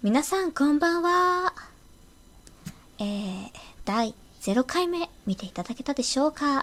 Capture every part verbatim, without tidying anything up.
皆さんこんばんは。えー、だいゼロかいめ見ていただけたでしょうか。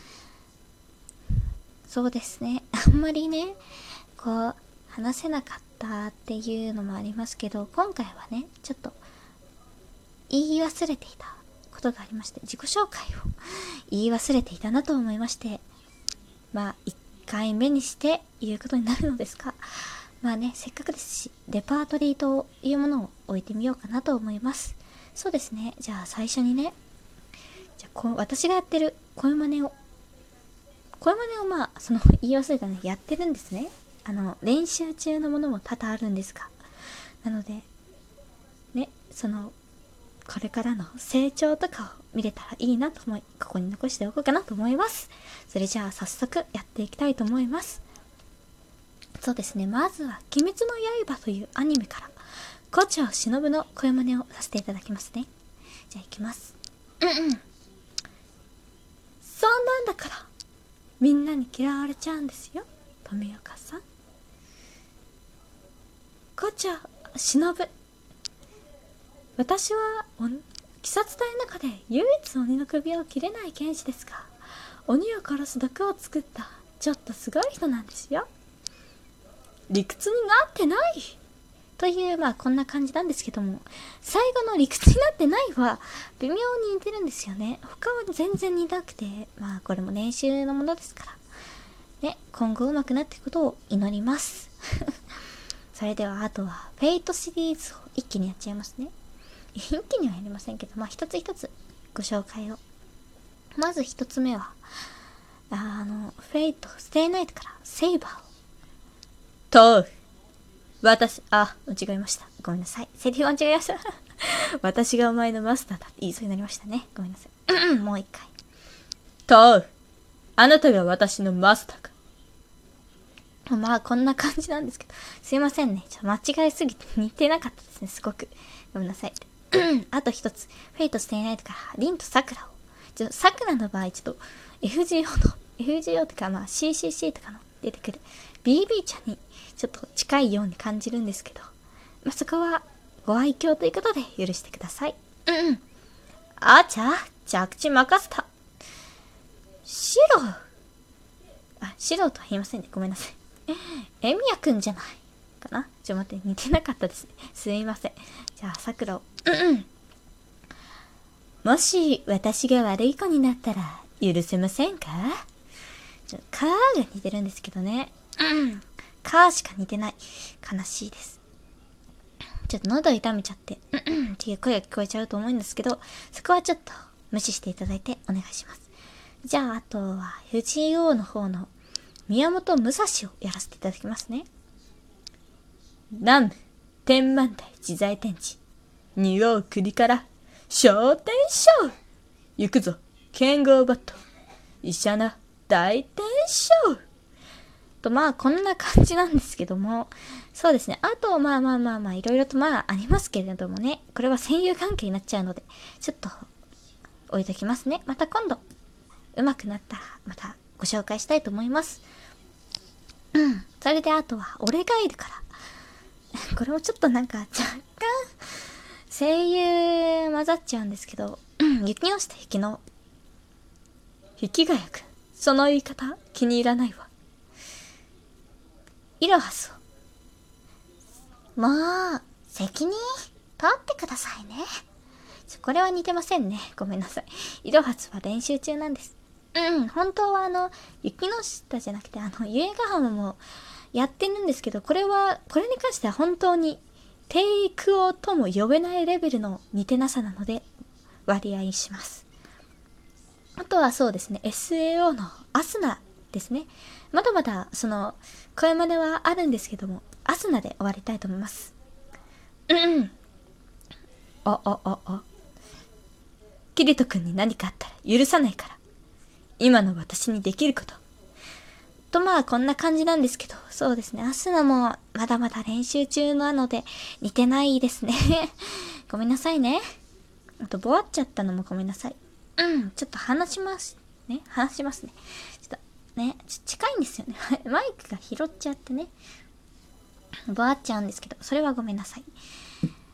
そうですね、あんまりねこう話せなかったっていうのもありますけど、今回はねちょっと言い忘れていたことがありまして、自己紹介を言い忘れていたなと思いまして、まあいっかいめにして言うことになるのですが、まあね、せっかくですしレパートリーというものを置いてみようかなと思います。そうですね、じゃあ最初にね、じゃあこう私がやってる声真似を声真似をまあその言い忘れたねやってるんですね。あの練習中のものも多々あるんですが、なのでね、そのこれからの成長とかを見れたらいいなと思い、ここに残しておこうかなと思います。それじゃあ早速やっていきたいと思います。そうですね、まずは鬼滅の刃というアニメから胡蝶忍の声真似をさせていただきますね。じゃあいきます。うんうん。そんなんだからみんなに嫌われちゃうんですよ、富岡さん。胡蝶忍、私は鬼殺隊の中で唯一鬼の首を切れない剣士ですが、鬼を殺す毒を作ったちょっとすごい人なんですよ。理屈になってないという、まあこんな感じなんですけども、最後の理屈になってないは微妙に似てるんですよね。他は全然似なくて、まあこれも練習のものですからね、今後上手くなっていくことを祈りますそれではあとはフェイトシリーズを一気にやっちゃいますね。一気にはやりませんけど、まあ一つ一つご紹介を。まず一つ目はあのフェイトステイナイトからセイバーをと私、あ、間違えました。ごめんなさい。セリフ間違えました。私がお前のマスターだって言いそうになりましたね。ごめんなさい。もう一回。とう、あなたが私のマスターか。まあ、こんな感じなんですけど。すいませんね。ちょっと間違えすぎて似てなかったですね。すごく。ごめんなさい。あと一つ。フェイトステイナイトからリンとサクラを。ちょっと、サクラの場合、ちょっと エフジーオー の、エフジーオー とか、まあ シーシーシー とかの出てくる ビービー ちゃんにちょっと近いように感じるんですけど、まあ、そこはご愛嬌ということで許してください。うんうん。あちゃ、着地任せた。シロあ、シロとは言いませんね。ごめんなさい。エミヤくんじゃないかな。ちょっと待って、似てなかったですね。すいません。じゃあ、さくらを。うんうん。もし私が悪い子になったら許せませんか？ちょカーが似てるんですけどね。うん。カーしか似てない。悲しいです。ちょっと喉痛めちゃって、うんうんっていう声が聞こえちゃうと思うんですけど、そこはちょっと無視していただいてお願いします。じゃあ、あとは、エフジーオー の方の宮本武蔵をやらせていただきますね。南部、天満台自在天地、仁王国から、昇天将行くぞ、剣豪バット、医者な大天将と、まあこんな感じなんですけども、そうですね、あとまあまあまあまあいろいろとまあありますけれどもね、これは戦友関係になっちゃうのでちょっと置いときますね。また今度上手くなったらまたご紹介したいと思います。うん。それであとは俺がいるからこれもちょっとなんか若干声優混ざっちゃうんですけど、うん、雪の下雪の雪がやくん、その言い方気に入らないわ。イロハスを。もう、責任取ってくださいね。ちょ、これは似てませんね。ごめんなさい。イロハスは練習中なんです。うん、本当はあの、雪の下じゃなくて、あの、ゆえが浜もやってるんですけど、これは、これに関しては本当に、テイクオとも呼べないレベルの似てなさなので、割合します。あとはそうですね、エスエーオー のアスナですね。まだまだ、その、声真似はあるんですけども、アスナで終わりたいと思います。うんうん。あ、あ、あ、あ。キリト君に何かあったら許さないから。今の私にできること。とまあこんな感じなんですけど、そうですね、アスナもまだまだ練習中なので似てないですね。ごめんなさいね。あと、ぼわっちゃったのもごめんなさい。うん、ちょっと話しますね。話しますね。ちょっと、ね、ち近いんですよね。マイクが拾っちゃってね。ぼわっちゃうんですけど、それはごめんなさい。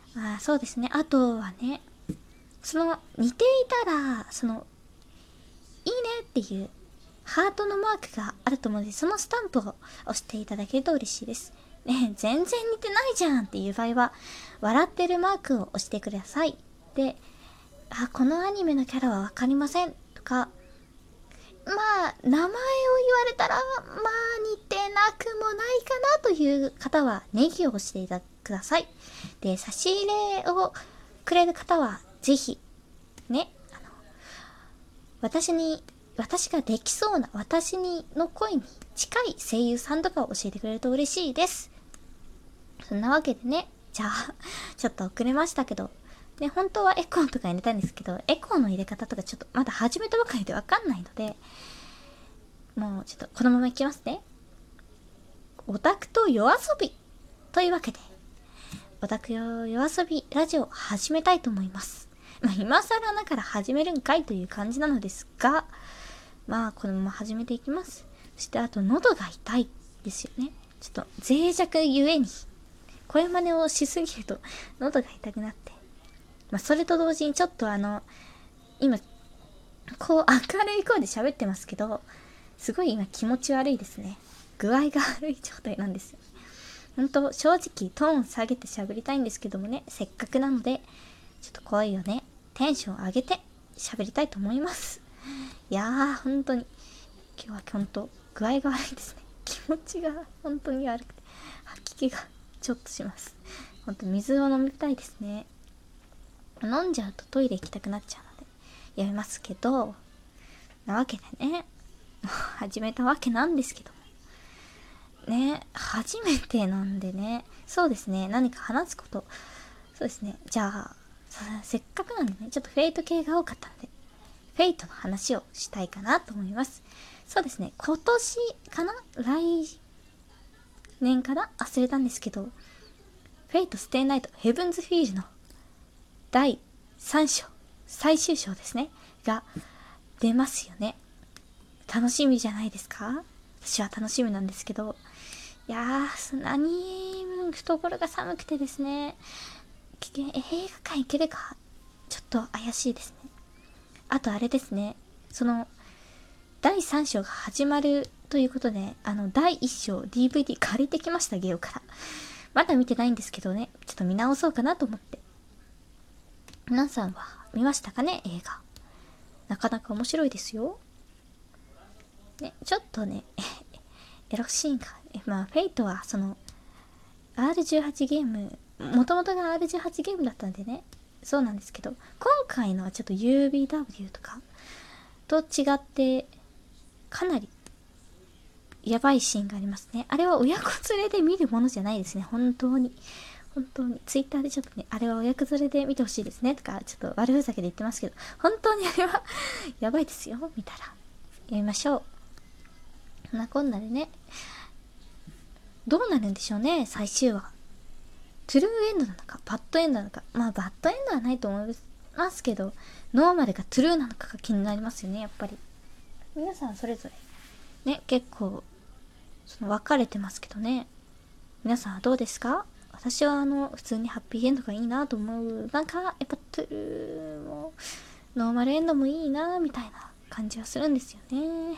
あそうですね。あとはね、その似ていたら、その、いいねっていうハートのマークがあると思うので、そのスタンプを押していただけると嬉しいです。ね、全然似てないじゃんっていう場合は、笑ってるマークを押してください。で、あ、このアニメのキャラはわかりませんとか、まあ、名前を言われたら、まあ、似てなくもないかなという方は、ネギを押していただください。で、差し入れをくれる方は、ぜひ、ね、あの、私に、私ができそうな、私にの声に近い声優さんとかを教えてくれると嬉しいです。そんなわけでね、じゃあ、ちょっと遅れましたけど、ね、本当はエコーとか入れたいんですけど、エコーの入れ方とかちょっとまだ始めたばかりでわかんないので、もうちょっとこのままいきますね。オタクと夜遊びというわけで、オタクよ夜遊びラジオを始めたいと思います。まあ今更ながら始めるんかいという感じなのですが、まあこのまま始めていきます。そしてあと喉が痛いですよね。ちょっと脆弱ゆえに、声真似をしすぎると喉が痛くなって、まあ、それと同時にちょっとあの、今、こう明るい声で喋ってますけど、すごい今気持ち悪いですね。具合が悪い状態なんですよ。ほんと、正直トーン下げて喋りたいんですけどもね、せっかくなので、ちょっと声をね、テンション上げて喋りたいと思います。いやー、本当に、今日はほんと、具合が悪いですね。気持ちが本当に悪くて、吐き気がちょっとします。ほんと、水を飲みたいですね。飲んじゃうとトイレ行きたくなっちゃうのでやめますけど、なわけでね始めたわけなんですけどね、初めてなんでね、そうですね、何か話すこと、そうですね、じゃあせっかくなんでね、ちょっとフェイト系が多かったのでフェイトの話をしたいかなと思います。そうですね、今年かな、来年かな、忘れたんですけど、フェイトステイナイトヘブンズフィールのだいさん章、最終章ですね、が出ますよね。楽しみじゃないですか？私は楽しみなんですけど、いやー、何、懐が寒くてですね、映画館行けるか、ちょっと怪しいですね。あとあれですね、その、だいさん章が始まるということで、あの、だいいっ章 ディーブイディー 借りてきました、ゲオから。まだ見てないんですけどね、ちょっと見直そうかなと思って。皆さんは見ましたかね、映画。なかなか面白いですよ。ね、ちょっとね、エロシーンが、まあ、フェイトはその、アールじゅうはち ゲーム、もともとが アールじゅうはち ゲームだったんでね、そうなんですけど、今回のはちょっと ユービーダブリュー とかと違って、かなりやばいシーンがありますね。あれは親子連れで見るものじゃないですね、本当に。本当にツイッターでちょっとね、あれは親子連れで見てほしいですねとかちょっと悪ふざけで言ってますけど、本当にあれはやばいですよ。見たらやりましょう。こんなこんなでね、どうなるんでしょうね、最終話。トゥルーエンドなのかバッドエンドなのか、まあバッドエンドはないと思いますけど、ノーマルがトゥルーなのかが気になりますよね、やっぱり。皆さんそれぞれね、結構その分かれてますけどね。皆さんはどうですか？私はあの普通にハッピーエンドがいいなと思う。なんかやっぱトゥルーもノーマルエンドもいいなみたいな感じはするんですよね。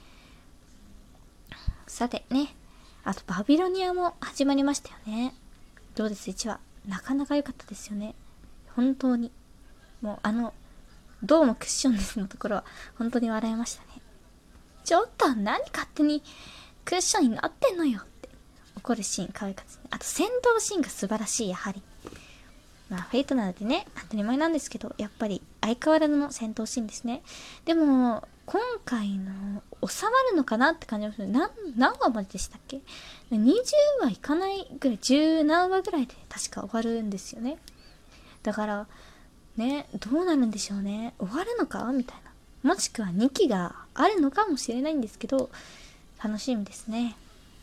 さてね、あとバビロニアも始まりましたよね。どうです？いちわなかなか良かったですよね。本当にもうあのどうもクッションですのところは本当に笑いましたね。ちょっと何勝手にクッションになってんのよって怒るシーン可愛かったですね。あと戦闘シーンが素晴らしい。やはりまあフェイトなのでね当たり前なんですけど、やっぱり相変わらずの戦闘シーンですね。でも今回の収まるのかなって感じますね。何何話まででしたっけ？にじゅうわいかないぐらい、じゅう何話ぐらいで確か終わるんですよね。だからね、どうなるんでしょうね。終わるのかみたいな、もしくはにきがあるのかもしれないんですけど、楽しみですね。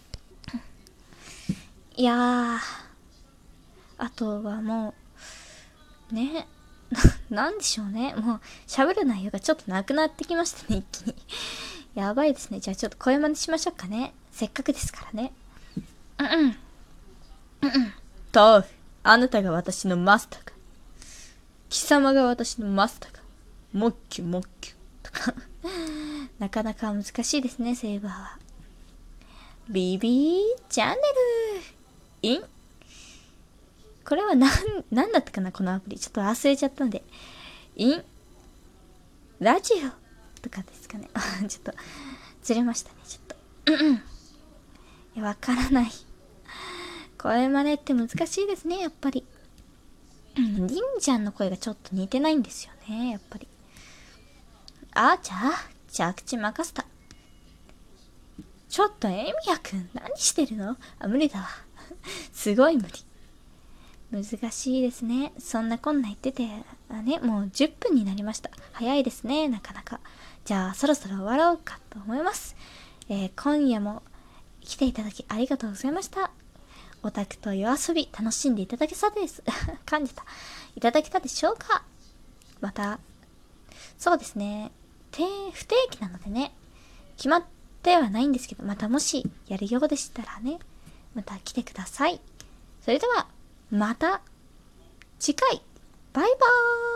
いやー、あとはもうねなんでしょうね、もう喋る内容がちょっとなくなってきましたね、一気に。やばいですね。じゃあちょっと声真似しましょうかね、せっかくですからね。うんうんうんうんとあなたが私のマスターか。貴様が私のマスターか。モッキュモッキュとかなかなか難しいですね、セイバーは。ビビーチャンネルイン。これは何、何だったかな、このアプリ。ちょっと忘れちゃったんで。インラジオとかですかね。ちょっとずれましたね、ちょっと。いや、わからない。声真似って難しいですね、やっぱり。りんちゃんの声がちょっと似てないんですよね、やっぱり。あーちゃー、着地任せた。ちょっとエミヤくん、何してるの？あ、無理だわ。すごい無理。難しいですね。そんなこんな言ってて、あね、もうじゅっぷんになりました。早いですね、なかなか。じゃあ、そろそろ終わろうかと思います。えー、今夜も来ていただきありがとうございました。オタクと夜遊び楽しんでいただけそうです。噛んでた。いただけたでしょうか？また、そうですね。不定期なのでね、決まってはないんですけど、またもしやるようでしたらね、また来てください。それでは、また次回。バイバーイ。